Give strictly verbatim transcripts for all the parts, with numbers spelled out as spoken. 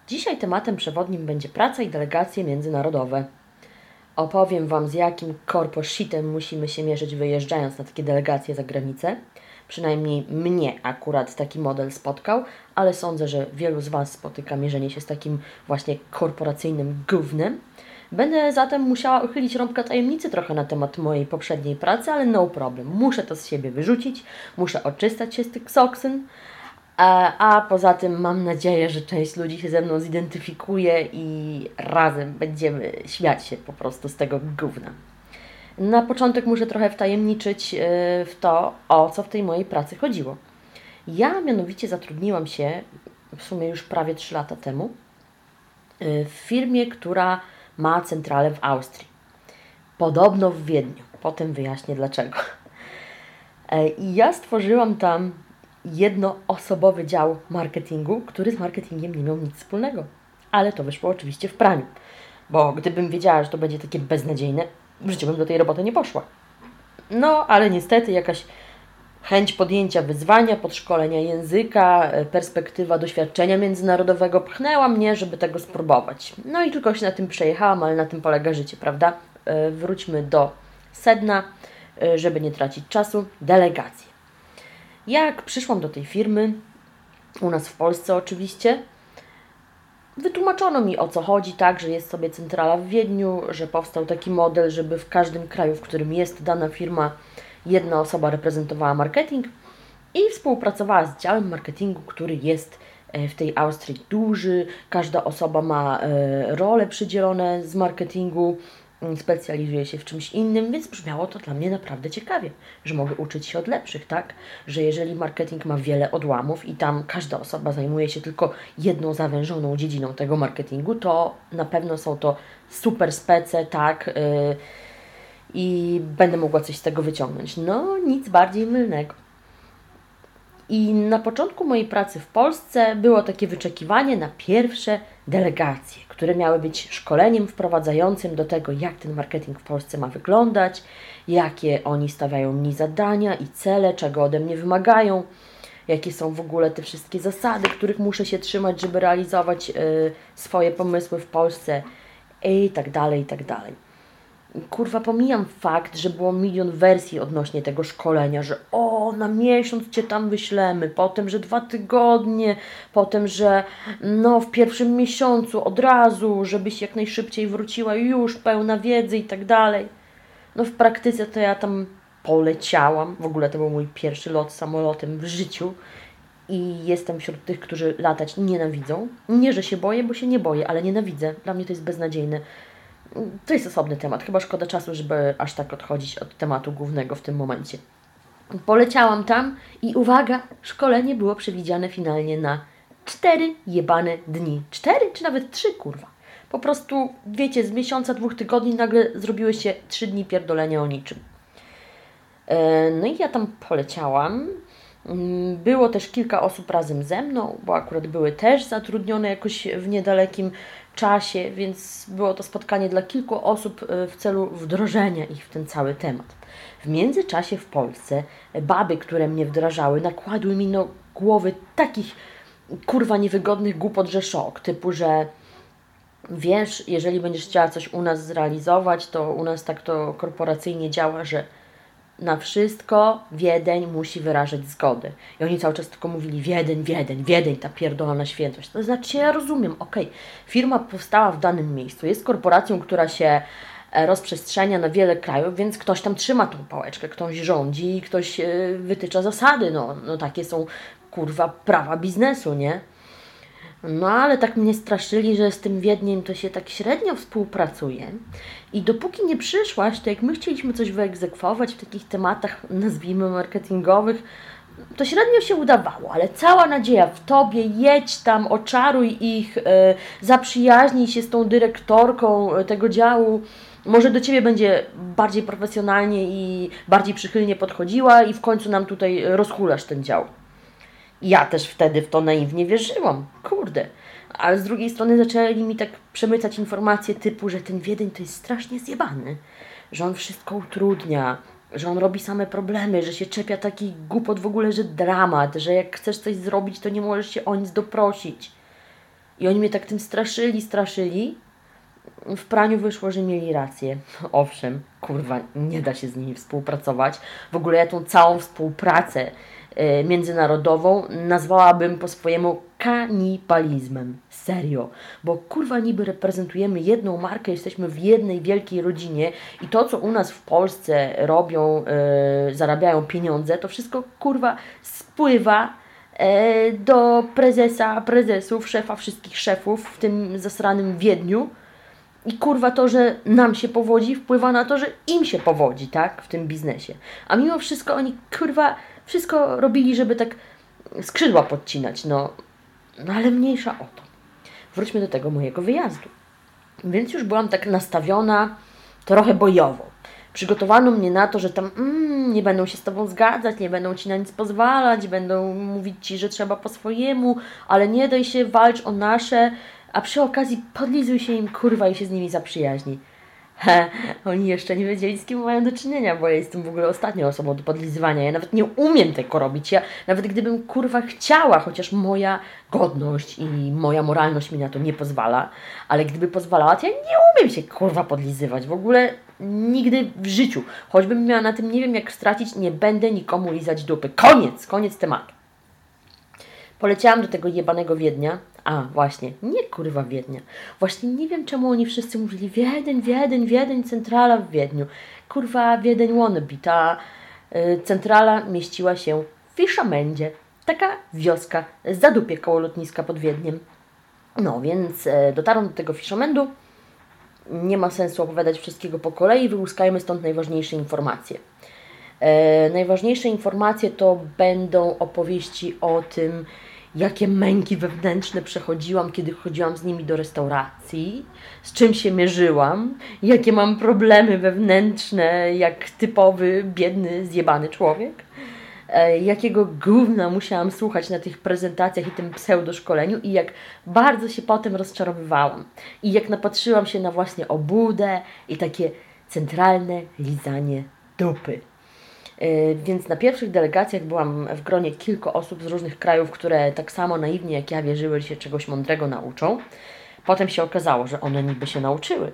Dzisiaj tematem przewodnim będzie praca i delegacje międzynarodowe. Opowiem Wam, z jakim corpo shitem musimy się mierzyć, wyjeżdżając na takie delegacje za granicę. Przynajmniej mnie akurat taki model spotkał, ale sądzę, że wielu z Was spotyka mierzenie się z takim właśnie korporacyjnym gównem. Będę zatem musiała uchylić rąbka tajemnicy trochę na temat mojej poprzedniej pracy, ale no problem. Muszę to z siebie wyrzucić, muszę oczystać się z tych soksyn. A, a poza tym mam nadzieję, że część ludzi się ze mną zidentyfikuje i razem będziemy śmiać się po prostu z tego gówna. Na początek muszę trochę wtajemniczyć yy, w to, o co w tej mojej pracy chodziło. Ja mianowicie zatrudniłam się w sumie już prawie trzy lata temu yy, w firmie, która ma centralę w Austrii. Podobno w Wiedniu. Potem wyjaśnię dlaczego. Yy, I ja stworzyłam tam jednoosobowy dział marketingu, który z marketingiem nie miał nic wspólnego. Ale to wyszło oczywiście w praniu. Bo gdybym wiedziała, że to będzie takie beznadziejne, w życiu bym do tej roboty nie poszła. No, ale niestety jakaś chęć podjęcia wyzwania, podszkolenia języka, perspektywa doświadczenia międzynarodowego pchnęła mnie, żeby tego spróbować. No i tylko się na tym przejechałam, ale na tym polega życie, prawda? Wróćmy do sedna, żeby nie tracić czasu. Delegacje. Jak przyszłam do tej firmy, u nas w Polsce oczywiście, wytłumaczono mi, o co chodzi, tak, że jest sobie centrala w Wiedniu, że powstał taki model, żeby w każdym kraju, w którym jest dana firma, jedna osoba reprezentowała marketing i współpracowała z działem marketingu, który jest w tej Austrii duży. Każda osoba ma role przydzielone z marketingu, specjalizuje się w czymś innym, więc brzmiało to dla mnie naprawdę ciekawie, że mogę uczyć się od lepszych, tak? Że jeżeli marketing ma wiele odłamów i tam każda osoba zajmuje się tylko jedną zawężoną dziedziną tego marketingu, to na pewno są to super spece, tak? Yy, I będę mogła coś z tego wyciągnąć. No, nic bardziej mylnego. I na początku mojej pracy w Polsce było takie wyczekiwanie na pierwsze delegacje, które miały być szkoleniem wprowadzającym do tego, jak ten marketing w Polsce ma wyglądać, jakie oni stawiają mi zadania i cele, czego ode mnie wymagają, jakie są w ogóle te wszystkie zasady, których muszę się trzymać, żeby realizować y, swoje pomysły w Polsce i tak dalej, i tak dalej. Kurwa, pomijam fakt, że było milion wersji odnośnie tego szkolenia, że o, na miesiąc Cię tam wyślemy, potem, że dwa tygodnie, potem, że no w pierwszym miesiącu od razu, żebyś jak najszybciej wróciła już pełna wiedzy i tak dalej. No w praktyce to ja tam poleciałam, w ogóle to był mój pierwszy lot samolotem w życiu i jestem wśród tych, którzy latać nienawidzą. Nie, że się boję, bo się nie boję, ale nienawidzę. Dla mnie to jest beznadziejne. To jest osobny temat. Chyba szkoda czasu, żeby aż tak odchodzić od tematu głównego w tym momencie. Poleciałam tam i uwaga, szkolenie było przewidziane finalnie na cztery jebane dni. Cztery czy nawet trzy, kurwa. Po prostu, wiecie, z miesiąca, dwóch tygodni nagle zrobiły się trzy dni pierdolenia o niczym. No i ja tam poleciałam. Było też kilka osób razem ze mną, bo akurat były też zatrudnione jakoś w niedalekim czasie, więc było to spotkanie dla kilku osób w celu wdrożenia ich w ten cały temat. W międzyczasie w Polsce baby, które mnie wdrażały, nakładły mi na głowy takich kurwa niewygodnych głupot, że szok, typu, że wiesz, jeżeli będziesz chciała coś u nas zrealizować, to u nas tak to korporacyjnie działa, że na wszystko Wiedeń musi wyrażać zgodę. I oni cały czas tylko mówili Wiedeń, Wiedeń, Wiedeń, ta pierdolona świętość. To znaczy, ja rozumiem, okej, okay, firma powstała w danym miejscu, jest korporacją, która się rozprzestrzenia na wiele krajów, więc ktoś tam trzyma tą pałeczkę, ktoś rządzi, ktoś wytycza zasady, no, no takie są, kurwa, prawa biznesu, nie? No ale tak mnie straszyli, że z tym Wiedniem to się tak średnio współpracuje i dopóki nie przyszłaś, to jak my chcieliśmy coś wyegzekwować w takich tematach, nazwijmy marketingowych, to średnio się udawało, ale cała nadzieja w Tobie, jedź tam, oczaruj ich, yy, zaprzyjaźnij się z tą dyrektorką tego działu, może do Ciebie będzie bardziej profesjonalnie i bardziej przychylnie podchodziła i w końcu nam tutaj rozhulasz ten dział. Ja też wtedy w to naiwnie wierzyłam, kurde, ale z drugiej strony zaczęli mi tak przemycać informacje typu, że ten Wiedeń to jest strasznie zjebany, że on wszystko utrudnia, że on robi same problemy, że się czepia taki głupot w ogóle, że dramat, że jak chcesz coś zrobić, to nie możesz się o nic doprosić. I oni mnie tak tym straszyli, straszyli. W praniu wyszło, że mieli rację. Owszem, kurwa, nie da się z nimi współpracować. W ogóle ja tą całą współpracę y, międzynarodową nazwałabym po swojemu kanibalizmem. Serio. Bo kurwa niby reprezentujemy jedną markę, jesteśmy w jednej wielkiej rodzinie i to, co u nas w Polsce robią, y, zarabiają pieniądze, to wszystko kurwa spływa y, do prezesa, prezesów, szefa wszystkich szefów w tym zasranym Wiedniu. I kurwa to, że nam się powodzi, wpływa na to, że im się powodzi, tak? W tym biznesie. A mimo wszystko oni, kurwa, wszystko robili, żeby tak skrzydła podcinać, no. No ale mniejsza o to. Wróćmy do tego mojego wyjazdu. Więc już byłam tak nastawiona trochę bojowo. Przygotowano mnie na to, że tam mm, nie będą się z Tobą zgadzać, nie będą Ci na nic pozwalać, będą mówić Ci, że trzeba po swojemu, ale nie daj się, walcz o nasze, a przy okazji podlizuj się im, kurwa, i się z nimi zaprzyjaźnij. He, oni jeszcze nie wiedzieli, z kim mają do czynienia, bo ja jestem w ogóle ostatnią osobą do podlizywania. Ja nawet nie umiem tego robić. Ja nawet gdybym, kurwa, chciała, chociaż moja godność i moja moralność mi na to nie pozwala, ale gdyby pozwalała, to ja nie umiem się, kurwa, podlizywać. W ogóle nigdy w życiu. Choćbym miała na tym nie wiem jak stracić, nie będę nikomu lizać dupy. Koniec, koniec tematu. Poleciałam do tego jebanego Wiednia. A, właśnie, nie kurwa Wiednia. Właśnie nie wiem, czemu oni wszyscy mówili Wiedeń, Wiedeń, Wiedeń, centrala w Wiedniu. Kurwa, Wiedeń wannabe. Ta y, centrala mieściła się w Fiszamendzie. Taka wioska, zadupie koło lotniska pod Wiedniem. No, więc y, dotarłam do tego Fiszamendu. Nie ma sensu opowiadać wszystkiego po kolei. Wyłuskajmy stąd najważniejsze informacje. E, najważniejsze informacje to będą opowieści o tym, jakie męki wewnętrzne przechodziłam, kiedy chodziłam z nimi do restauracji, z czym się mierzyłam, jakie mam problemy wewnętrzne, jak typowy, biedny, zjebany człowiek, e, jakiego gówna musiałam słuchać na tych prezentacjach i tym pseudoszkoleniu i jak bardzo się potem rozczarowywałam. I jak napatrzyłam się na właśnie obłudę i takie centralne lizanie dupy. Yy, więc na pierwszych delegacjach byłam w gronie kilku osób z różnych krajów, które tak samo naiwnie jak ja wierzyły, że się czegoś mądrego nauczą. Potem się okazało, że one niby się nauczyły.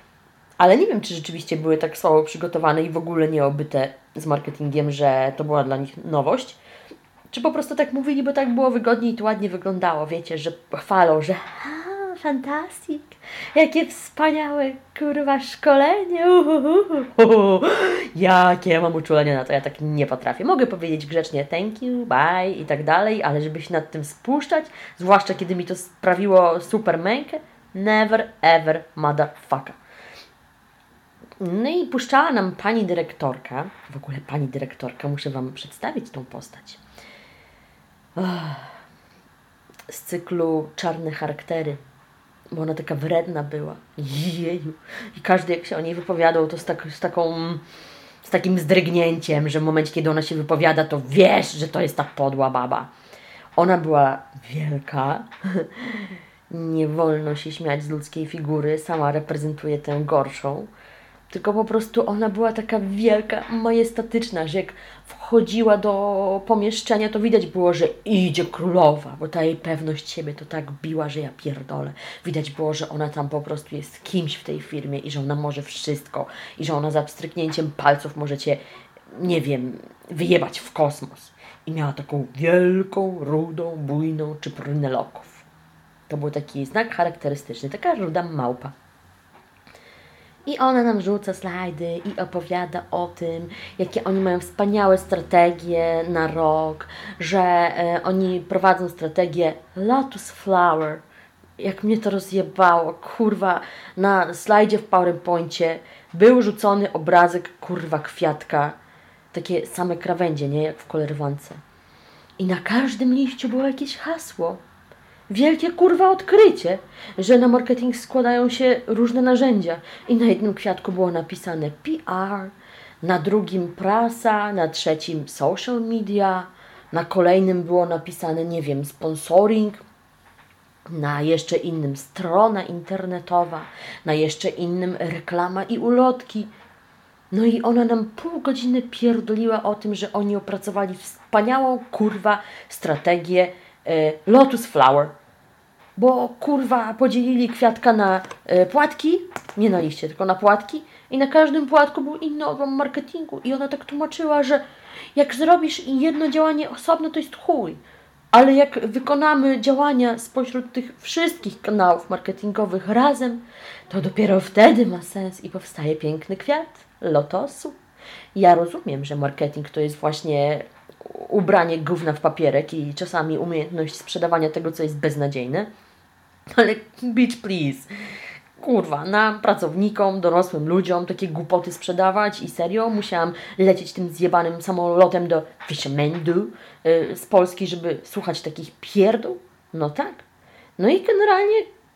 Ale nie wiem, czy rzeczywiście były tak słabo przygotowane i w ogóle nie obyte z marketingiem, że to była dla nich nowość. Czy po prostu tak mówili, bo tak było wygodniej i to ładnie wyglądało. Wiecie, że chwalą, że fantastic, jakie wspaniałe, kurwa, szkolenie, uhuhu. Jakie ja mam uczulenie na to, ja tak nie potrafię. Mogę powiedzieć grzecznie thank you, bye i tak dalej, ale żeby się nad tym spuszczać, zwłaszcza kiedy mi to sprawiło super mękę, never ever motherfucker. No i puszczała nam pani dyrektorka, w ogóle pani dyrektorka, muszę Wam przedstawić tą postać. Oh, z cyklu Czarne charaktery. Bo ona taka wredna była. Jeju. I każdy jak się o niej wypowiadał, to z, tak, z taką, z takim zdrygnięciem, że w momencie, kiedy ona się wypowiada, to wiesz, że to jest ta podła baba. Ona była wielka. Nie wolno się śmiać z ludzkiej figury. Sama reprezentuje tę gorszą. Tylko po prostu ona była taka wielka, majestatyczna, że jak wchodziła do pomieszczenia, to widać było, że idzie królowa, bo ta jej pewność siebie to tak biła, że ja pierdolę. Widać było, że ona tam po prostu jest kimś w tej firmie i że ona może wszystko i że ona za pstryknięciem palców możecie, nie wiem, wyjebać w kosmos. I miała taką wielką, rudą, bujną czyprynę loków. To był taki znak charakterystyczny, taka ruda małpa. I ona nam rzuca slajdy i opowiada o tym, jakie oni mają wspaniałe strategie na rok, że e, oni prowadzą strategię Lotus Flower. Jak mnie to rozjebało, kurwa, na slajdzie w PowerPoincie był rzucony obrazek, kurwa, kwiatka. Takie same krawędzie, nie? Jak w kolorwance. I na każdym liściu było jakieś hasło. Wielkie kurwa odkrycie, że na marketing składają się różne narzędzia i na jednym kwiatku było napisane P R, na drugim prasa, na trzecim social media, na kolejnym było napisane, nie wiem, sponsoring, na jeszcze innym strona internetowa, na jeszcze innym reklama i ulotki. No i ona nam pół godziny pierdoliła o tym, że oni opracowali wspaniałą kurwa strategię Lotus Flower. bo kurwa podzielili kwiatka na y, płatki, nie na liście, tylko na płatki i na każdym płatku był inny odłam marketingu i ona tak tłumaczyła, że jak zrobisz jedno działanie osobno, to jest chuj, ale jak wykonamy działania spośród tych wszystkich kanałów marketingowych razem, to dopiero wtedy ma sens i powstaje piękny kwiat lotosu. Ja rozumiem, że marketing to jest właśnie ubranie gówna w papierek i czasami umiejętność sprzedawania tego, co jest beznadziejne, ale bitch please, kurwa, nam, pracownikom, dorosłym ludziom takie głupoty sprzedawać i serio musiałam lecieć tym zjebanym samolotem do Fishermandu yy, z Polski, żeby słuchać takich pierdół? No tak. No i generalnie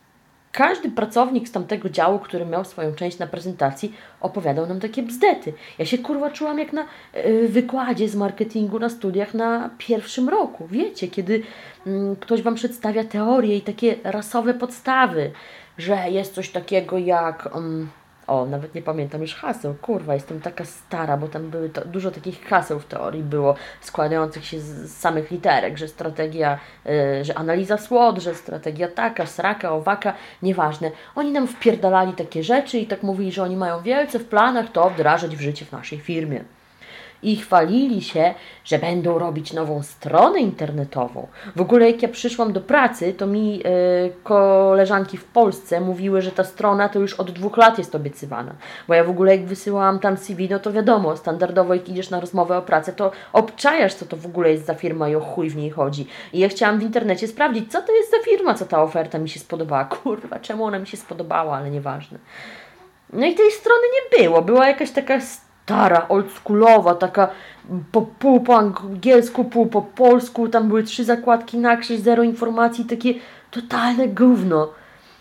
każdy pracownik z tamtego działu, który miał swoją część na prezentacji, opowiadał nam takie bzdety. Ja się kurwa czułam jak na y, wykładzie z marketingu na studiach na pierwszym roku. Wiecie, kiedy y, ktoś Wam przedstawia teorię i takie rasowe podstawy, że jest coś takiego jak... Um, o, nawet nie pamiętam już haseł. Kurwa, jestem taka stara, bo tam były to, dużo takich haseł w teorii było, składających się z, z samych literek, że strategia, y, że analiza SWOT, że strategia taka, sraka, owaka, nieważne. Oni nam wpierdalali takie rzeczy i tak mówili, że oni mają wielce w planach to wdrażać w życie w naszej firmie. I chwalili się, że będą robić nową stronę internetową. W ogóle jak ja przyszłam do pracy, to mi yy, koleżanki w Polsce mówiły, że ta strona to już od dwóch lat jest obiecywana. Bo ja w ogóle jak wysyłałam tam C V, no to wiadomo, standardowo jak idziesz na rozmowę o pracę, to obczajasz, co to w ogóle jest za firma i o chuj w niej chodzi. I ja chciałam w internecie sprawdzić, co to jest za firma, co ta oferta mi się spodobała. Kurwa, czemu ona mi się spodobała, ale nieważne. No i tej strony nie było. Była jakaś taka stara, oldschoolowa, taka po, pół po angielsku, pół po polsku, tam były trzy zakładki na krzyż, zero informacji, takie totalne gówno.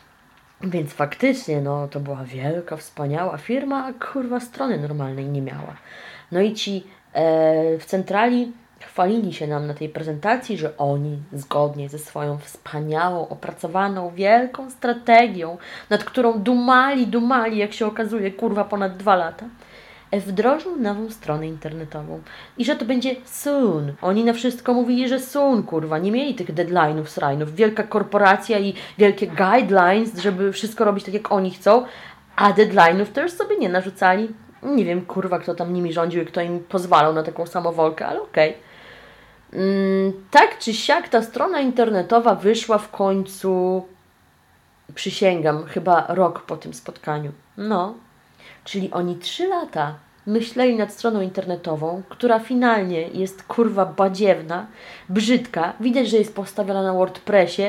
Więc faktycznie, no, to była wielka, wspaniała firma, a kurwa strony normalnej nie miała. No i ci e, w centrali chwalili się nam na tej prezentacji, że oni zgodnie ze swoją wspaniałą, opracowaną, wielką strategią, nad którą dumali, dumali, jak się okazuje, kurwa ponad dwa lata, wdrożą nową stronę internetową. I że to będzie soon. Oni na wszystko mówili, że soon, kurwa. Nie mieli tych deadline'ów, srajnów. Wielka korporacja i wielkie guidelines, żeby wszystko robić tak, jak oni chcą, a deadline'ów to już sobie nie narzucali. Nie wiem, kurwa, kto tam nimi rządził i kto im pozwalał na taką samowolkę, ale okej. Okay. Mm, tak czy siak ta strona internetowa wyszła w końcu, przysięgam, chyba rok po tym spotkaniu. No. Czyli oni trzy lata myśleli nad stroną internetową, która finalnie jest kurwa badziewna, brzydka, widać, że jest postawiona na WordPressie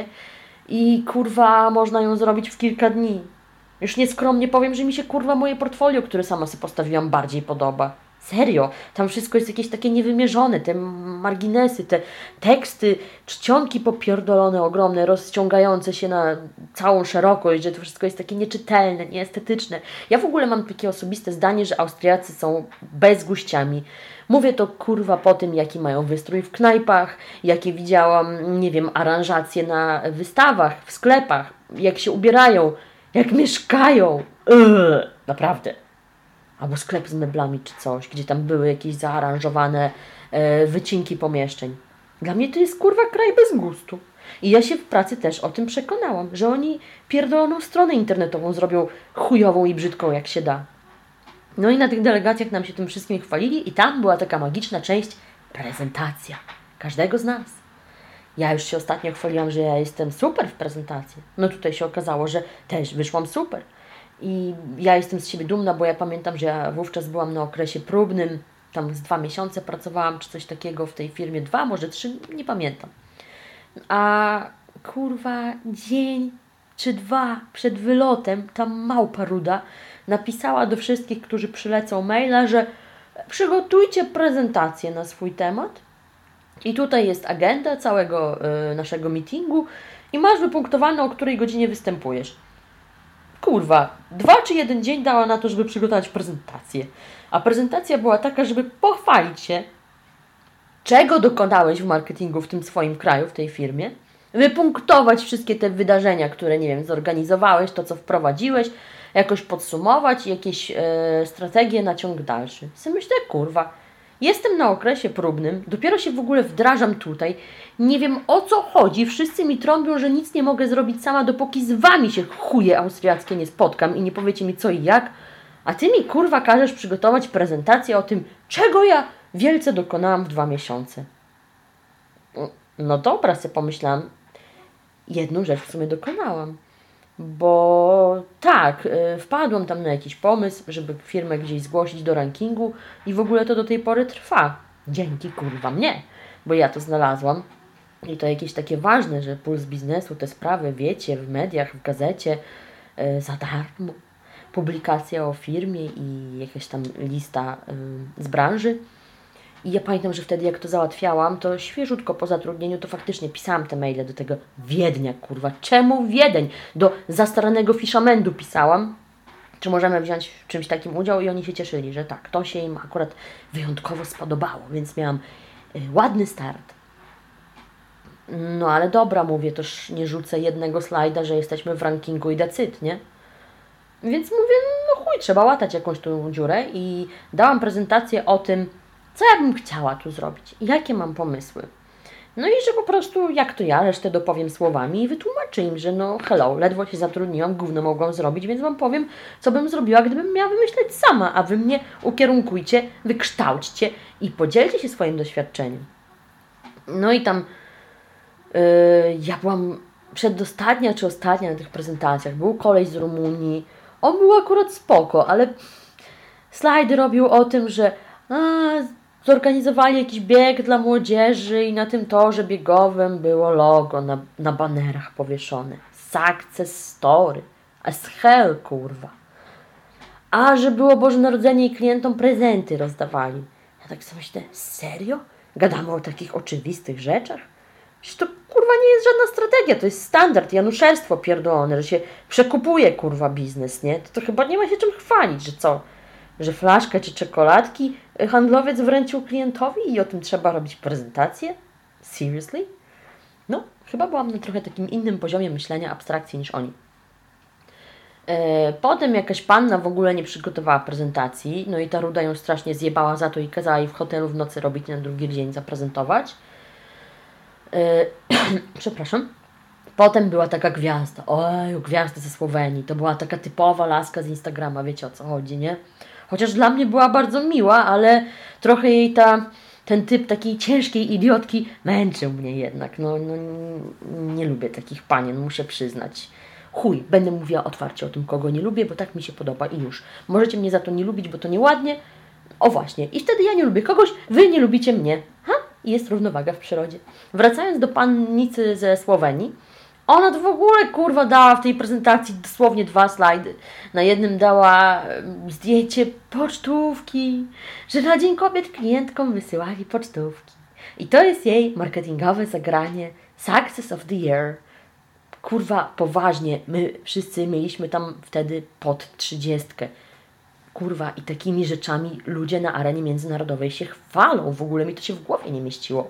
i kurwa można ją zrobić w kilka dni. Już nieskromnie powiem, że mi się kurwa moje portfolio, które sama sobie postawiłam, bardziej podoba. Serio, tam wszystko jest jakieś takie niewymierzone, te marginesy, te teksty, czcionki popierdolone, ogromne, rozciągające się na całą szerokość, że to wszystko jest takie nieczytelne, nieestetyczne. Ja w ogóle mam takie osobiste zdanie, że Austriacy są bezguściami. Mówię to kurwa po tym, jaki mają wystrój w knajpach, jakie widziałam, nie wiem, aranżacje na wystawach, w sklepach, jak się ubierają, jak mieszkają. Yy, naprawdę. Albo sklep z meblami czy coś, gdzie tam były jakieś zaaranżowane e, wycinki pomieszczeń. Dla mnie to jest kurwa kraj bez gustu. I ja się w pracy też o tym przekonałam, że oni pierdoloną stronę internetową zrobią chujową i brzydką jak się da. No i na tych delegacjach nam się tym wszystkim chwalili i tam była taka magiczna część, prezentacja każdego z nas. Ja już się ostatnio chwaliłam, że ja jestem super w prezentacji. No tutaj się okazało, że też wyszłam super. I ja jestem z siebie dumna, bo ja pamiętam, że ja wówczas byłam na okresie próbnym, tam z dwa miesiące pracowałam, czy coś takiego w tej firmie, dwa, może trzy, nie pamiętam. A kurwa, dzień czy dwa przed wylotem ta małpa ruda napisała do wszystkich, którzy przylecą maila, że przygotujcie prezentację na swój temat i tutaj jest agenda całego y, naszego meetingu i masz wypunktowane, o której godzinie występujesz. Kurwa, dwa czy jeden dzień dała na to, żeby przygotować prezentację. A prezentacja była taka, żeby pochwalić się, czego dokonałeś w marketingu w tym swoim kraju, w tej firmie, wypunktować wszystkie te wydarzenia, które, nie wiem, zorganizowałeś, to co wprowadziłeś, jakoś podsumować i jakieś e, strategie na ciąg dalszy. Sobie myślę, kurwa, Jestem na okresie próbnym, dopiero się w ogóle wdrażam tutaj. Nie wiem o co chodzi, wszyscy mi trąbią, że nic nie mogę zrobić sama, dopóki z wami się chuje austriackie nie spotkam i nie powiecie mi co i jak. A ty mi kurwa każesz przygotować prezentację o tym, czego ja wielce dokonałam w dwa miesiące. No dobra, sobie pomyślałam, jedną rzecz w sumie dokonałam. Bo tak, yy, wpadłam tam na jakiś pomysł, żeby firmę gdzieś zgłosić do rankingu i w ogóle to do tej pory trwa. Dzięki kurwa mnie, bo ja to znalazłam. I to jakieś takie ważne, że Puls Biznesu, te sprawy wiecie w mediach, w gazecie, yy, za darmo. Publikacja o firmie i jakaś tam lista yy, z branży. I ja pamiętam, że wtedy jak to załatwiałam, to świeżutko po zatrudnieniu, to faktycznie pisałam te maile do tego Wiednia, kurwa. Czemu Wiedeń? Do zastaranego Fiszamendu pisałam, czy możemy wziąć w czymś takim udział i oni się cieszyli, że tak, to się im akurat wyjątkowo spodobało, więc miałam y, ładny start. No ale dobra, mówię, toż nie rzucę jednego slajda, że jesteśmy w rankingu i decyd, nie? Więc mówię, no chuj, trzeba łatać jakąś tą dziurę i dałam prezentację o tym, co ja bym chciała tu zrobić i jakie mam pomysły. No i że po prostu, jak to ja, resztę dopowiem słowami i wytłumaczę im, że no hello, ledwo się zatrudniłam, gówno mogłam zrobić, więc wam powiem, co bym zrobiła, gdybym miała wymyśleć sama, a wy mnie ukierunkujcie, wykształćcie i podzielcie się swoim doświadczeniem. No i tam yy, ja byłam przedostatnia czy ostatnia na tych prezentacjach. Był koleś z Rumunii, on był akurat spoko, ale slajdy robił o tym, że a, zorganizowali jakiś bieg dla młodzieży i na tym torze biegowym było logo na, na banerach powieszone. Success story. As hell, kurwa. A, że było Boże Narodzenie i klientom prezenty rozdawali. Ja tak sobie myślę, serio? Gadamy o takich oczywistych rzeczach? Przecież to kurwa nie jest żadna strategia, to jest standard, januszerstwo pierdolone, że się przekupuje kurwa biznes, nie? To, to chyba nie ma się czym chwalić, że co? Że flaszkę czy czekoladki handlowiec wręczył klientowi i o tym trzeba robić prezentację? Seriously? No, chyba byłam na trochę takim innym poziomie myślenia, abstrakcji niż oni. Potem jakaś panna w ogóle nie przygotowała prezentacji, no i ta ruda ją strasznie zjebała za to i kazała jej w hotelu w nocy robić na drugi dzień zaprezentować. Przepraszam. Potem była taka gwiazda, oj, gwiazda ze Słowenii, to była taka typowa laska z Instagrama, wiecie o co chodzi, nie? Chociaż dla mnie była bardzo miła, ale trochę jej ta, ten typ takiej ciężkiej idiotki męczył mnie jednak, no, no nie, nie lubię takich panien, muszę przyznać. Chuj, będę mówiła otwarcie o tym, kogo nie lubię, bo tak mi się podoba i już. Możecie mnie za to nie lubić, bo to nieładnie. O właśnie, i wtedy ja nie lubię kogoś, wy nie lubicie mnie. Ha? I jest równowaga w przyrodzie. Wracając do pannicy ze Słowenii, ona to w ogóle kurwa dała w tej prezentacji dosłownie dwa slajdy. Na jednym dała zdjęcie pocztówki, że na Dzień Kobiet klientkom wysyłali pocztówki. I to jest jej marketingowe zagranie Success of the Year. Kurwa, poważnie, my wszyscy mieliśmy tam wtedy pod trzydziestkę. Kurwa, i takimi rzeczami ludzie na arenie międzynarodowej się chwalą. W ogóle mi to się w głowie nie mieściło.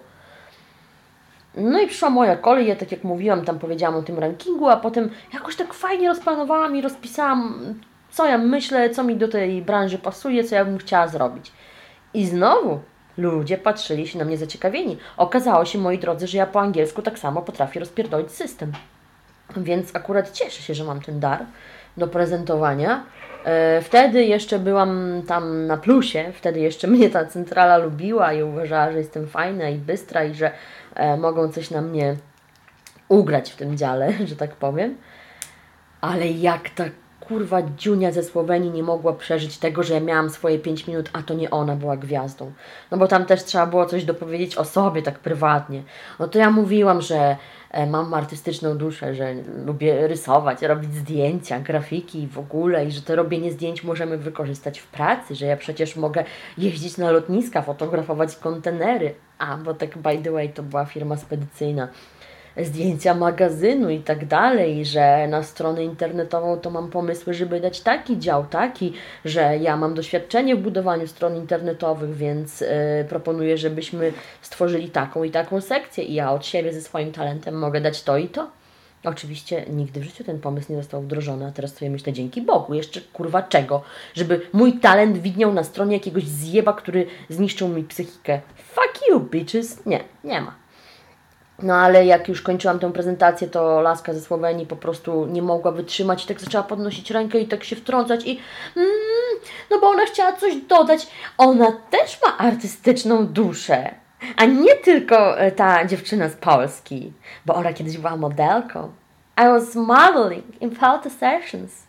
No i przyszła moja kolej, ja tak jak mówiłam, tam powiedziałam o tym rankingu, a potem jakoś tak fajnie rozplanowałam i rozpisałam, co ja myślę, co mi do tej branży pasuje, co ja bym chciała zrobić. I znowu ludzie patrzyli się na mnie zaciekawieni. Okazało się, moi drodzy, że ja po angielsku tak samo potrafię rozpierdolić system. Więc akurat cieszę się, że mam ten dar do prezentowania. Wtedy jeszcze byłam tam na plusie, wtedy jeszcze mnie ta centrala lubiła i uważała, że jestem fajna i bystra i że e, mogą coś na mnie ugrać w tym dziale, że tak powiem. Ale jak ta kurwa dziunia ze Słowenii nie mogła przeżyć tego, że ja miałam swoje pięć minut, a to nie ona była gwiazdą. No bo tam też trzeba było coś dopowiedzieć o sobie tak prywatnie. No to ja mówiłam, że mam artystyczną duszę, że lubię rysować, robić zdjęcia, grafiki w ogóle i że to robienie zdjęć możemy wykorzystać w pracy, że ja przecież mogę jeździć na lotniska, fotografować kontenery. A, bo tak by the way to była firma spedycyjna. Zdjęcia magazynu i tak dalej, że na stronę internetową to mam pomysły, żeby dać taki dział, taki, że ja mam doświadczenie w budowaniu stron internetowych, więc yy, proponuję, żebyśmy stworzyli taką i taką sekcję i ja od siebie ze swoim talentem mogę dać to i to. Oczywiście nigdy w życiu ten pomysł nie został wdrożony, a teraz sobie myślę, dzięki Bogu, jeszcze kurwa czego? Żeby mój talent widniał na stronie jakiegoś zjeba, który zniszczył mi psychikę. Fuck you, bitches. Nie, nie ma. No ale jak już kończyłam tę prezentację, to laska ze Słowenii po prostu nie mogła wytrzymać i tak zaczęła podnosić rękę i tak się wtrącać i mm, no bo ona chciała coś dodać. Ona też ma artystyczną duszę, a nie tylko ta dziewczyna z Polski, bo ona kiedyś była modelką. I was modeling in photo sessions.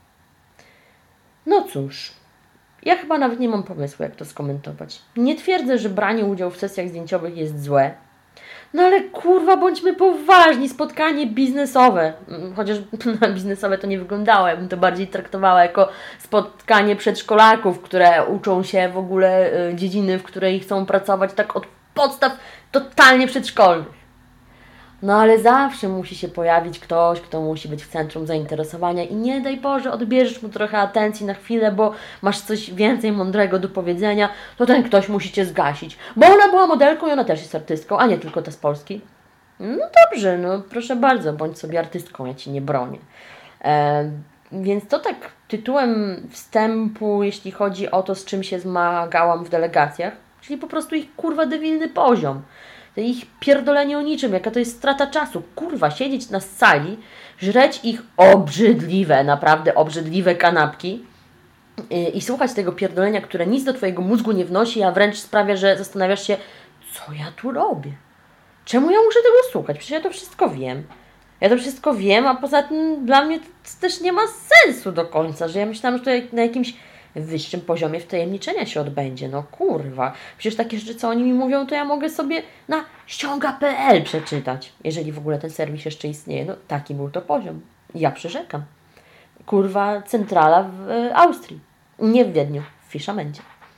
No cóż, ja chyba nawet nie mam pomysłu, jak to skomentować. Nie twierdzę, że branie udziału w sesjach zdjęciowych jest złe. No ale kurwa, bądźmy poważni, spotkanie biznesowe. Chociaż na biznesowe to nie wyglądało, ja bym to bardziej traktowała jako spotkanie przedszkolaków, które uczą się w ogóle dziedziny, w której chcą pracować tak od podstaw totalnie przedszkolnych. No ale zawsze musi się pojawić ktoś, kto musi być w centrum zainteresowania i nie daj Boże, odbierzesz mu trochę atencji na chwilę, bo masz coś więcej mądrego do powiedzenia, to ten ktoś musi Cię zgasić. Bo ona była modelką i ona też jest artystką, a nie tylko ta z Polski. No dobrze, no proszę bardzo, bądź sobie artystką, ja Ci nie bronię. E, więc to tak tytułem wstępu, jeśli chodzi o to, z czym się zmagałam w delegacjach, czyli po prostu ich kurwa dewilny poziom. Ich pierdolenie o niczym, jaka to jest strata czasu. Kurwa, siedzieć na sali, żreć ich obrzydliwe, naprawdę obrzydliwe kanapki i, i słuchać tego pierdolenia, które nic do Twojego mózgu nie wnosi, a wręcz sprawia, że zastanawiasz się, co ja tu robię? Czemu ja muszę tego słuchać? Przecież ja to wszystko wiem. Ja to wszystko wiem, a poza tym dla mnie to też nie ma sensu do końca, że ja myślałam, że to na jakimś wyższym poziomie wtajemniczenia się odbędzie. No kurwa. Przecież takie rzeczy, co oni mi mówią, to ja mogę sobie na ściąga kropka pe el przeczytać. Jeżeli w ogóle ten serwis jeszcze istnieje. No taki był to poziom. Ja przyrzekam. Kurwa, centrala w e, Austrii. Nie w Wiedniu, w Fiszamencie.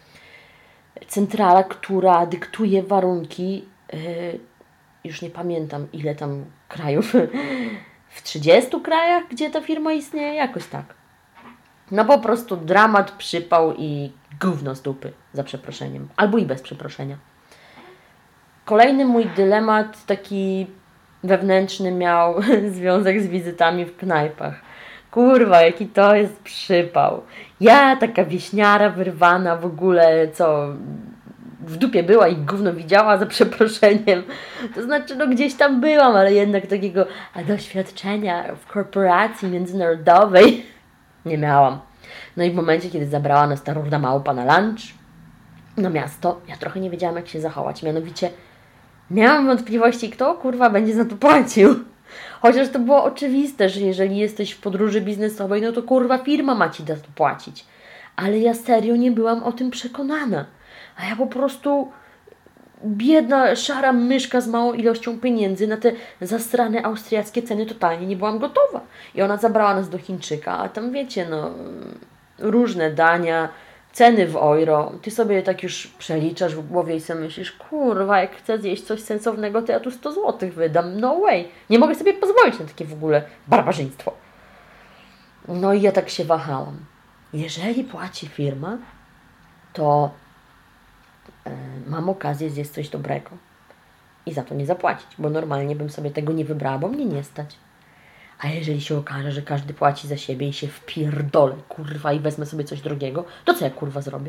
Centrala, która dyktuje warunki, e, już nie pamiętam ile tam krajów, w trzydziestu krajach, gdzie ta firma istnieje, jakoś tak. No po prostu dramat, przypał i gówno z dupy, za przeproszeniem. Albo i bez przeproszenia. Kolejny mój dylemat taki wewnętrzny miał związek z wizytami w knajpach. Kurwa, jaki to jest przypał. Ja, taka wieśniara wyrwana w ogóle, co w dupie była i gówno widziała, za przeproszeniem. To znaczy, no gdzieś tam byłam, ale jednak takiego doświadczenia w korporacji międzynarodowej nie miałam. No i w momencie, kiedy zabrała nas ta ruda małpa na lunch na miasto, ja trochę nie wiedziałam, jak się zachować. Mianowicie miałam wątpliwości, kto kurwa będzie za to płacił. Chociaż to było oczywiste, że jeżeli jesteś w podróży biznesowej, no to kurwa firma ma Ci za to płacić. Ale ja serio nie byłam o tym przekonana. A ja po prostu biedna, szara myszka z małą ilością pieniędzy na te zasrane austriackie ceny totalnie nie byłam gotowa. I ona zabrała nas do Chińczyka, a tam wiecie, no różne dania, ceny w euro. Ty sobie tak już przeliczasz w głowie i sobie myślisz, kurwa, jak chcę zjeść coś sensownego, to ja tu sto złotych wydam. No way. Nie mogę sobie pozwolić na takie w ogóle barbarzyństwo. No i ja tak się wahałam. Jeżeli płaci firma, to mam okazję zjeść coś dobrego i za to nie zapłacić, bo normalnie bym sobie tego nie wybrała, bo mnie nie stać. A jeżeli się okaże, że każdy płaci za siebie i się wpierdolę, kurwa, i wezmę sobie coś drogiego, to co ja kurwa zrobię?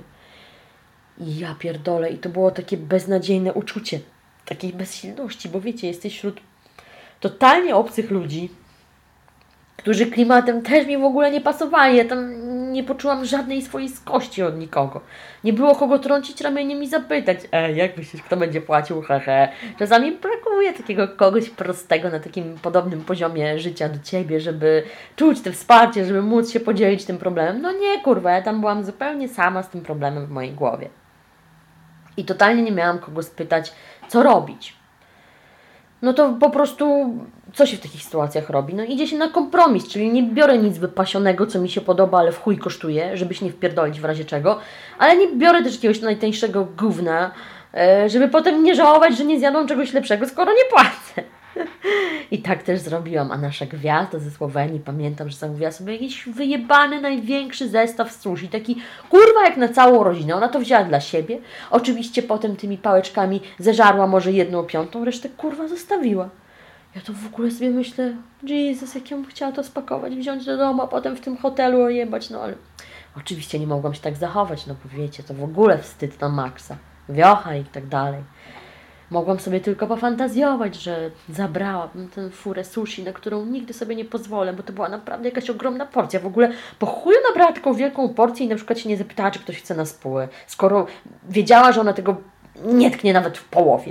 I ja pierdolę i to było takie beznadziejne uczucie, takiej bezsilności, bo wiecie, jesteś wśród totalnie obcych ludzi, którzy klimatem też mi w ogóle nie pasowali. Ja tam nie poczułam żadnej swojskości od nikogo. Nie było kogo trącić ramieniem i zapytać, e, jak myślisz, kto będzie płacił, hehe. Czasami brakuje takiego kogoś prostego na takim podobnym poziomie życia do Ciebie, żeby czuć to wsparcie, żeby móc się podzielić tym problemem. No nie, kurwa, ja tam byłam zupełnie sama z tym problemem w mojej głowie. I totalnie nie miałam kogo spytać, co robić. No to po prostu, co się w takich sytuacjach robi? No idzie się na kompromis, czyli nie biorę nic wypasionego, co mi się podoba, ale w chuj kosztuje, żeby się nie wpierdolić w razie czego, ale nie biorę też jakiegoś najtańszego gówna, żeby potem nie żałować, że nie zjadą czegoś lepszego, skoro nie płacę. I tak też zrobiłam, a nasza gwiazda ze Słowenii, pamiętam, że zamówiła sobie jakiś wyjebany, największy zestaw sushi, taki kurwa jak na całą rodzinę. Ona to wzięła dla siebie, oczywiście potem tymi pałeczkami zeżarła może jedną piątą, resztę kurwa zostawiła. Ja to w ogóle sobie myślę, Jezus, jak ja bym chciała to spakować, wziąć do domu, a potem w tym hotelu ojebać, no ale oczywiście nie mogłam się tak zachować, no bo wiecie, to w ogóle wstyd na maksa, wiocha i tak dalej. Mogłam sobie tylko pofantazjować, że zabrałabym tę furę sushi, na którą nigdy sobie nie pozwolę, bo to była naprawdę jakaś ogromna porcja. W ogóle po chuju nabrała taką wielką porcję i na przykład się nie zapytała, czy ktoś chce na spółę, skoro wiedziała, że ona tego nie tknie nawet w połowie.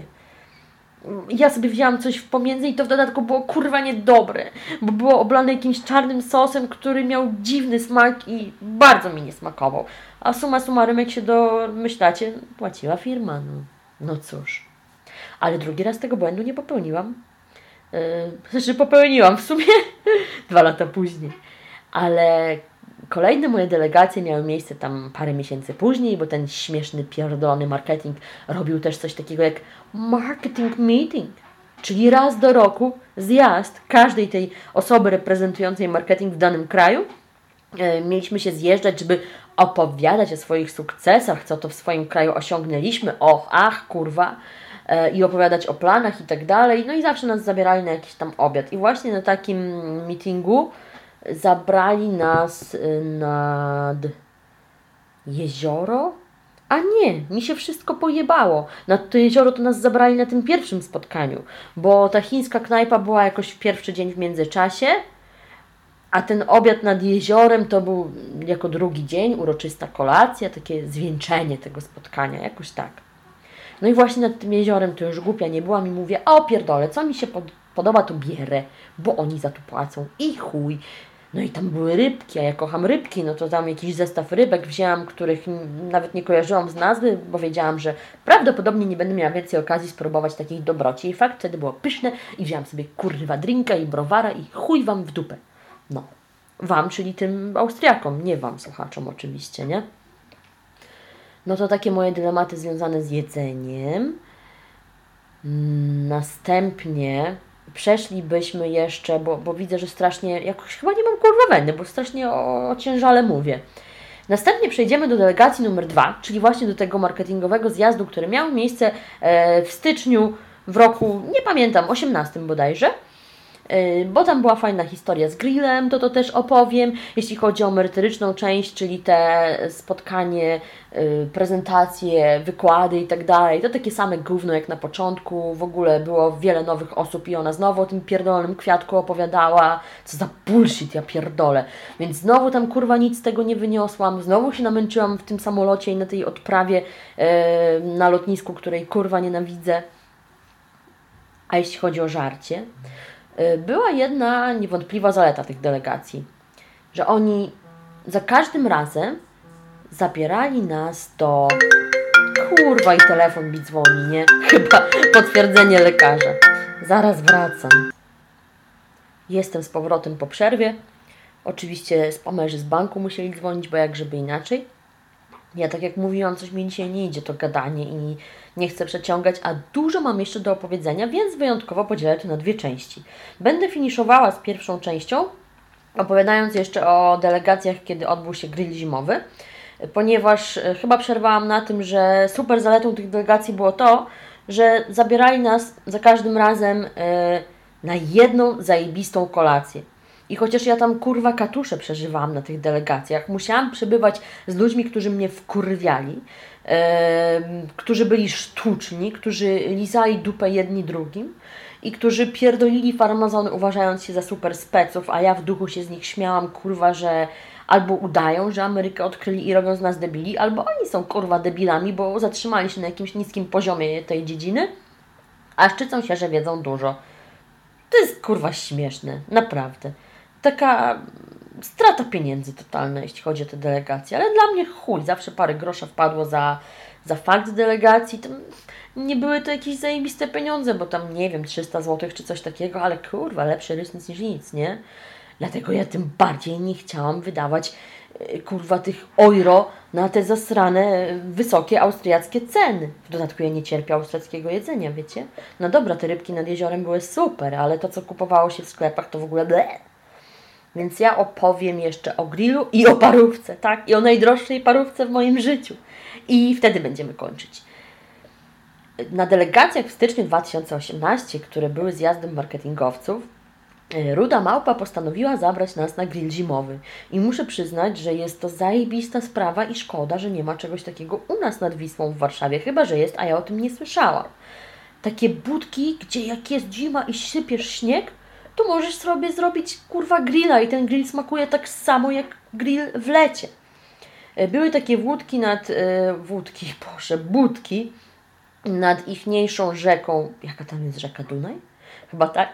Ja sobie wzięłam coś w pomiędzy i to w dodatku było kurwa niedobre, bo było oblane jakimś czarnym sosem, który miał dziwny smak i bardzo mi nie smakował. A summa summarum, jak się domyślacie, płaciła firma, no, no cóż. Ale drugi raz tego błędu nie popełniłam. Yy, znaczy popełniłam w sumie dwa lata później. Ale kolejne moje delegacje miały miejsce tam parę miesięcy później, bo ten śmieszny, pierdolony marketing robił też coś takiego jak marketing meeting. Czyli raz do roku zjazd każdej tej osoby reprezentującej marketing w danym kraju. Yy, mieliśmy się zjeżdżać, żeby opowiadać o swoich sukcesach, co to w swoim kraju osiągnęliśmy. Och, ach, kurwa. I opowiadać o planach i tak dalej. No i zawsze nas zabierali na jakiś tam obiad. I właśnie na takim meetingu zabrali nas nad jezioro. A nie, mi się wszystko pojebało. Na to jezioro to nas zabrali na tym pierwszym spotkaniu, bo ta chińska knajpa była jakoś w pierwszy dzień w międzyczasie, a ten obiad nad jeziorem to był jako drugi dzień, uroczysta kolacja, takie zwieńczenie tego spotkania, jakoś tak. No i właśnie nad tym jeziorem to już głupia nie byłam i mówię, o pierdolę, co mi się pod, podoba, to bierę, bo oni za to płacą i chuj. No i tam były rybki, a ja kocham rybki, no to tam jakiś zestaw rybek wzięłam, których nawet nie kojarzyłam z nazwy, bo wiedziałam, że prawdopodobnie nie będę miała więcej okazji spróbować takich dobroci. I fakt, wtedy było pyszne i wzięłam sobie kurwa drinka i browara i chuj wam w dupę. No, wam, czyli tym Austriakom, nie wam, słuchaczom oczywiście, nie? No to takie moje dylematy związane z jedzeniem. Następnie przeszlibyśmy jeszcze, bo, bo widzę, że strasznie, jakoś chyba nie mam kurwa weny, bo strasznie o, o ciężale mówię. Następnie przejdziemy do delegacji numer dwa, czyli właśnie do tego marketingowego zjazdu, który miał miejsce e, w styczniu w roku, nie pamiętam, osiemnastym bodajże. Bo tam była fajna historia z grillem, to to też opowiem. Jeśli chodzi o merytoryczną część, czyli te spotkanie, prezentacje, wykłady i tak dalej, to takie same gówno jak na początku. W ogóle było wiele nowych osób i ona znowu o tym pierdolonym kwiatku opowiadała. Co za bullshit, ja pierdolę. Więc znowu tam kurwa nic z tego nie wyniosłam. Znowu się namęczyłam w tym samolocie i na tej odprawie na lotnisku, której kurwa nienawidzę. A jeśli chodzi o żarcie, była jedna niewątpliwa zaleta tych delegacji, że oni za każdym razem zabierali nas do... Kurwa i telefon mi dzwoni, nie? Chyba potwierdzenie lekarza. Zaraz wracam. Jestem z powrotem po przerwie. Oczywiście spamerzy z banku musieli dzwonić, bo jak żeby inaczej. Ja tak jak mówiłam, coś mi dzisiaj nie idzie to gadanie i nie chcę przeciągać, a dużo mam jeszcze do opowiedzenia, więc wyjątkowo podzielę to na dwie części. Będę finiszowała z pierwszą częścią, opowiadając jeszcze o delegacjach, kiedy odbył się grill zimowy, ponieważ chyba przerwałam na tym, że super zaletą tych delegacji było to, że zabierali nas za każdym razem yy, na jedną zajebistą kolację. I chociaż ja tam kurwa katusze przeżywałam na tych delegacjach, musiałam przebywać z ludźmi, którzy mnie wkurwiali, yy, którzy byli sztuczni, którzy lizali dupę jedni drugim i którzy pierdolili farmazony, uważając się za super speców, a ja w duchu się z nich śmiałam, kurwa, że albo udają, że Amerykę odkryli i robią z nas debili, albo oni są kurwa debilami, bo zatrzymali się na jakimś niskim poziomie tej dziedziny, a szczycą się, że wiedzą dużo. To jest kurwa śmieszne, naprawdę. Taka strata pieniędzy totalna, jeśli chodzi o te delegacje, ale dla mnie chuj, zawsze parę grosza wpadło za, za fakt delegacji. To nie były to jakieś zajebiste pieniądze, bo tam, nie wiem, trzysta złotych czy coś takiego, ale kurwa, lepszy rys niż nic, nie? Dlatego ja tym bardziej nie chciałam wydawać kurwa tych euro na te zasrane, wysokie austriackie ceny. W dodatku ja nie cierpię austriackiego jedzenia, wiecie? No dobra, te rybki nad jeziorem były super, ale to, co kupowało się w sklepach, to w ogóle ble. Więc ja opowiem jeszcze o grillu i o parówce, tak? I o najdroższej parówce w moim życiu. I wtedy będziemy kończyć. Na delegacjach w styczniu dwa tysiące osiemnastego, które były zjazdem marketingowców, Ruda Małpa postanowiła zabrać nas na grill zimowy. I muszę przyznać, że jest to zajebista sprawa i szkoda, że nie ma czegoś takiego u nas nad Wisłą w Warszawie. Chyba że jest, a ja o tym nie słyszałam. Takie budki, gdzie jak jest zima i sypiesz śnieg, to możesz sobie zrobić kurwa grilla i ten grill smakuje tak samo jak grill w lecie. Były takie wódki nad... E, wódki, boże, budki nad ichniejszą rzeką. Jaka tam jest rzeka? Dunaj? Chyba tak.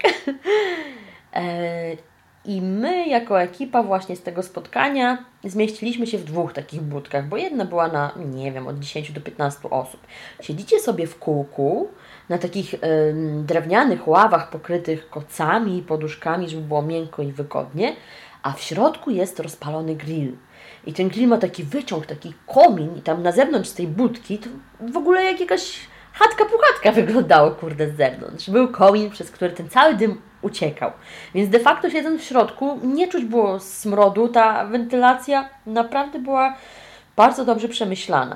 I my jako ekipa właśnie z tego spotkania zmieściliśmy się w dwóch takich budkach, bo jedna była na, nie wiem, od dziesięciu do piętnastu osób. Siedzicie sobie w kółku na takich y, drewnianych ławach pokrytych kocami i poduszkami, żeby było miękko i wygodnie, a w środku jest rozpalony grill. I ten grill ma taki wyciąg, taki komin i tam na zewnątrz tej budki to w ogóle jak jakaś chatka puchatka wyglądało, kurde, z zewnątrz. Był komin, przez który ten cały dym uciekał. Więc de facto siedząc w środku nie czuć było smrodu, ta wentylacja naprawdę była bardzo dobrze przemyślana.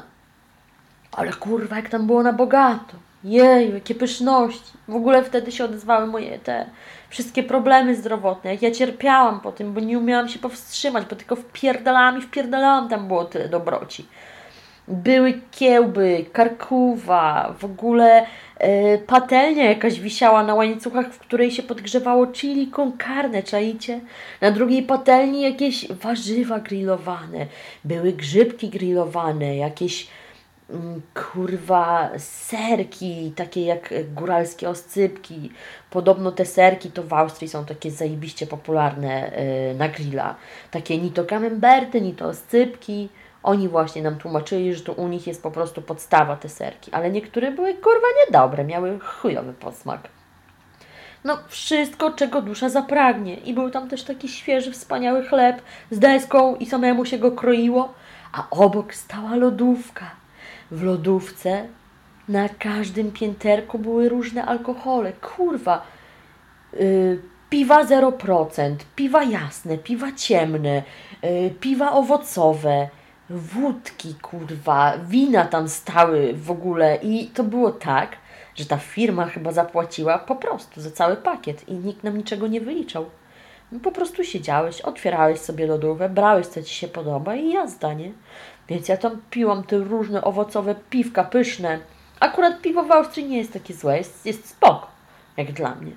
Ale kurwa, jak tam było na bogato. Jeju, jakie pyszności. W ogóle wtedy się odezwały moje te wszystkie problemy zdrowotne. Jak ja cierpiałam po tym, bo nie umiałam się powstrzymać, bo tylko wpierdalałam i wpierdalałam, tam było tyle dobroci. Były kiełby, karkuwa, w ogóle yy, patelnia jakaś wisiała na łańcuchach, w której się podgrzewało chili con carne, czaicie? Na drugiej patelni jakieś warzywa grillowane, były grzybki grillowane, jakieś mm, kurwa serki, takie jak góralskie oscypki. Podobno te serki to w Austrii są takie zajebiście popularne yy, na grilla. Takie ni to camemberty, ni to oscypki. Oni właśnie nam tłumaczyli, że to u nich jest po prostu podstawa te serki, ale niektóre były kurwa niedobre, miały chujowy posmak. No wszystko, czego dusza zapragnie. I był tam też taki świeży, wspaniały chleb z deską i samemu się go kroiło, a obok stała lodówka. W lodówce na każdym pięterku były różne alkohole. Kurwa, yy, piwa zero procent, piwa jasne, piwa ciemne, yy, piwa owocowe, wódki, kurwa, wina tam stały w ogóle i to było tak, że ta firma chyba zapłaciła po prostu za cały pakiet i nikt nam niczego nie wyliczał. No, po prostu siedziałeś, otwierałeś sobie lodówkę, brałeś co Ci się podoba i jazda, nie? Więc ja tam piłam te różne owocowe piwka pyszne. Akurat piwo w Austrii nie jest takie złe, jest, jest spoko, jak dla mnie.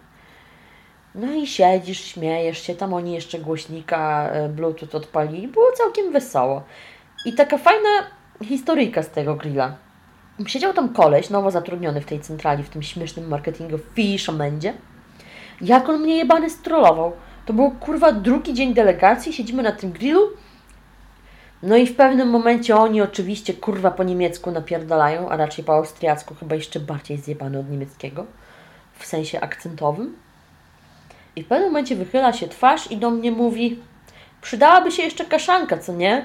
No i siedzisz, śmiejesz się, tam oni jeszcze głośnika Bluetooth odpalili, było całkiem wesoło. I taka fajna historyjka z tego grilla. Siedział tam koleś, nowo zatrudniony w tej centrali, w tym śmiesznym marketingu w Fischermandzie. Jak on mnie jebany strollował. To był kurwa drugi dzień delegacji, siedzimy na tym grillu. No i w pewnym momencie oni oczywiście kurwa po niemiecku napierdalają, a raczej po austriacku, chyba jeszcze bardziej zjebany od niemieckiego. W sensie akcentowym. I w pewnym momencie wychyla się twarz i do mnie mówi: przydałaby się jeszcze kaszanka, co nie?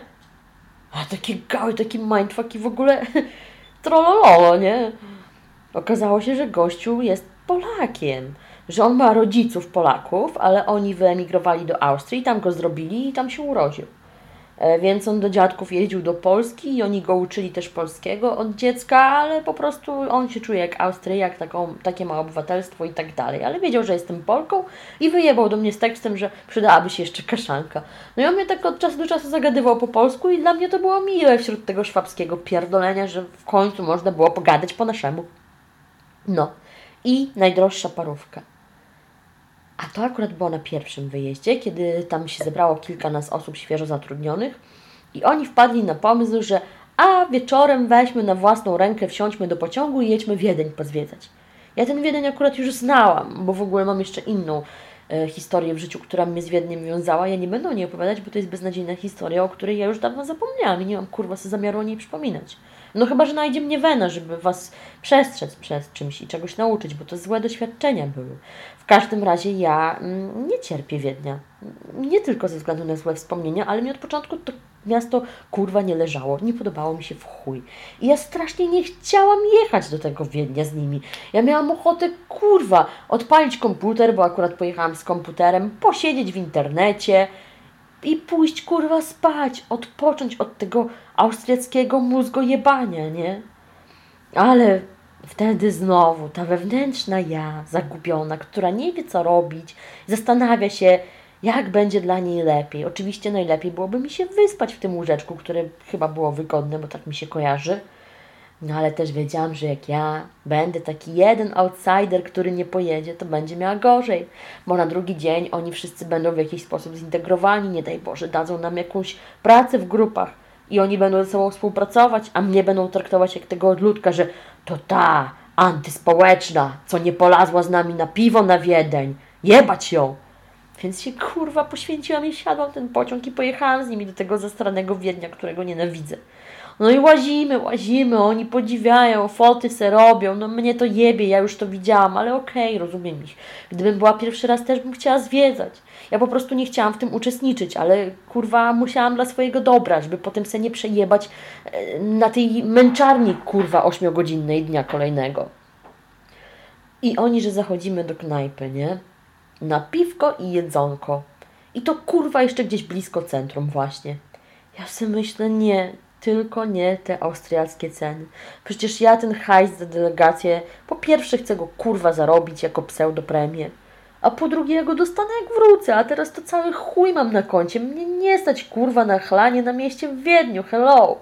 A takie gały, taki mindfuck i w ogóle trollololo, nie? Okazało się, że gościu jest Polakiem. Że on ma rodziców Polaków, ale oni wyemigrowali do Austrii, tam go zrobili i tam się urodził. E, więc on do dziadków jeździł do Polski i oni go uczyli też polskiego od dziecka, ale po prostu on się czuje jak Austriak, taką, takie ma obywatelstwo i tak dalej. Ale wiedział, że jestem Polką i wyjebał do mnie z tekstem, że przydałaby się jeszcze kaszanka. No i on mnie tak od czasu do czasu zagadywał po polsku i dla mnie to było miłe wśród tego szwabskiego pierdolenia, że w końcu można było pogadać po naszemu. No i najdroższa parówka. A to akurat było na pierwszym wyjeździe, kiedy tam się zebrało kilka nas osób świeżo zatrudnionych i oni wpadli na pomysł, że a wieczorem weźmy na własną rękę, wsiądźmy do pociągu i jedźmy Wiedeń pozwiedzać. Ja ten Wiedeń akurat już znałam, bo w ogóle mam jeszcze inną e, historię w życiu, która mnie z Wiedniem wiązała. Ja nie będę o niej opowiadać, bo to jest beznadziejna historia, o której ja już dawno zapomniałam i nie mam kurwa sobie zamiaru o niej przypominać. No chyba, że najdzie mnie wena, żeby Was przestrzec przed czymś i czegoś nauczyć, bo to złe doświadczenia były. W każdym razie ja mm, nie cierpię Wiednia. Nie tylko ze względu na złe wspomnienia, ale mi od początku to miasto kurwa nie leżało. Nie podobało mi się w chuj. I ja strasznie nie chciałam jechać do tego Wiednia z nimi. Ja miałam ochotę kurwa odpalić komputer, bo akurat pojechałam z komputerem, posiedzieć w internecie i pójść kurwa spać, odpocząć od tego austriackiego mózgojebania, nie? Ale wtedy znowu ta wewnętrzna ja, zagubiona, która nie wie co robić, zastanawia się, jak będzie dla niej lepiej. Oczywiście najlepiej byłoby mi się wyspać w tym łóżeczku, które chyba było wygodne, bo tak mi się kojarzy. No ale też wiedziałam, że jak ja będę taki jeden outsider, który nie pojedzie, to będzie miała gorzej. Bo na drugi dzień oni wszyscy będą w jakiś sposób zintegrowani, nie daj Boże, dadzą nam jakąś pracę w grupach i oni będą ze sobą współpracować, a mnie będą traktować jak tego odludka, że to ta antyspołeczna, co nie polazła z nami na piwo na Wiedeń. Jebać ją! Więc się kurwa poświęciłam i wsiadłam w ten pociąg i pojechałam z nimi do tego zastranego Wiednia, którego nienawidzę. No i łazimy, łazimy, oni podziwiają, foty se robią, no mnie to jebie, ja już to widziałam, ale okej, okay, rozumiem ich. Gdybym była pierwszy raz, też bym chciała zwiedzać. Ja po prostu nie chciałam w tym uczestniczyć, ale kurwa musiałam dla swojego dobra, żeby potem se nie przejebać na tej męczarni kurwa ośmiogodzinnej dnia kolejnego. I oni, że zachodzimy do knajpy, nie? Na piwko i jedzonko. I to kurwa jeszcze gdzieś blisko centrum właśnie. Ja sobie myślę, nie, tylko nie te austriackie ceny. Przecież ja ten hajs za delegację, po pierwsze chcę go kurwa zarobić jako pseudopremię, a po drugie ja go dostanę jak wrócę, a teraz to cały chuj mam na koncie. Mnie nie stać kurwa na chlanie na mieście w Wiedniu, hello.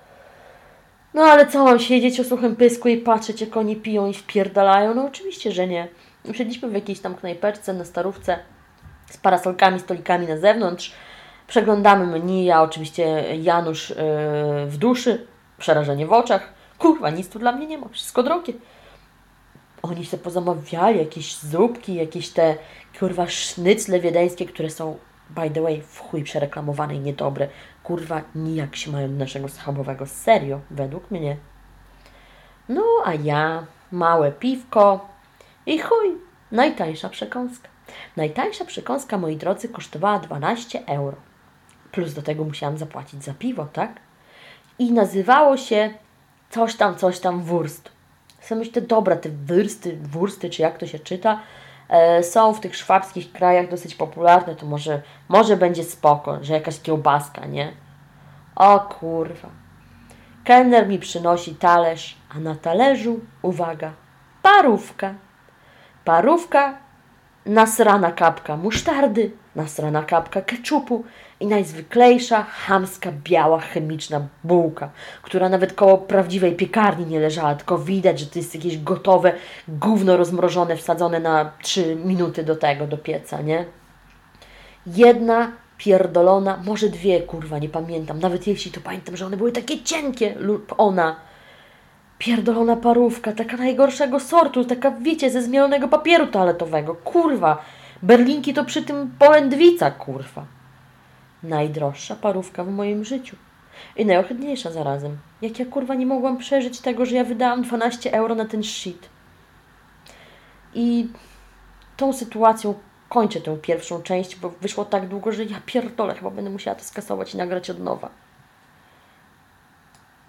No ale co mam siedzieć o suchym pysku i patrzeć jak oni piją i wpierdalają? No oczywiście, że nie. Usiedliśmy w jakiejś tam knajperce na Starówce z parasolkami, stolikami na zewnątrz. Przeglądamy menu, ja oczywiście Janusz yy, w duszy, przerażenie w oczach. Kurwa, nic tu dla mnie nie ma, wszystko drogie. Oni się pozamawiali, jakieś zupki, jakieś te kurwa sznycle wiedeńskie, które są by the way w chuj przereklamowane i niedobre. Kurwa, nijak się mają do naszego schabowego. Serio, według mnie. No, a ja, małe piwko i chuj, najtańsza przekąska. Najtańsza przekąska, moi drodzy, kosztowała dwanaście euro. Plus do tego musiałam zapłacić za piwo, tak? I nazywało się coś tam, coś tam wurst. Sobie myślę, dobra, te wursty, wursty, czy jak to się czyta, e, są w tych szwabskich krajach dosyć popularne, to może, może będzie spoko, że jakaś kiełbaska, nie? O kurwa. Kelner mi przynosi talerz, a na talerzu, uwaga, parówka. Parówka, nasrana kapka musztardy, nasrana kapka keczupu i najzwyklejsza, chamska, biała, chemiczna bułka, która nawet koło prawdziwej piekarni nie leżała, tylko widać, że to jest jakieś gotowe gówno rozmrożone, wsadzone na trzy minuty do tego, do pieca, nie? Jedna pierdolona, może dwie, kurwa, nie pamiętam, nawet jeśli to pamiętam, że one były takie cienkie, lub ona, pierdolona parówka, taka najgorszego sortu, taka, wiecie, ze zmielonego papieru toaletowego, kurwa, berlinki to przy tym polędwica, kurwa. Najdroższa parówka w moim życiu. I najohydniejsza zarazem. Jak ja, kurwa, nie mogłam przeżyć tego, że ja wydałam dwanaście euro na ten shit. I tą sytuacją kończę tę pierwszą część, bo wyszło tak długo, że ja pierdolę, chyba będę musiała to skasować i nagrać od nowa.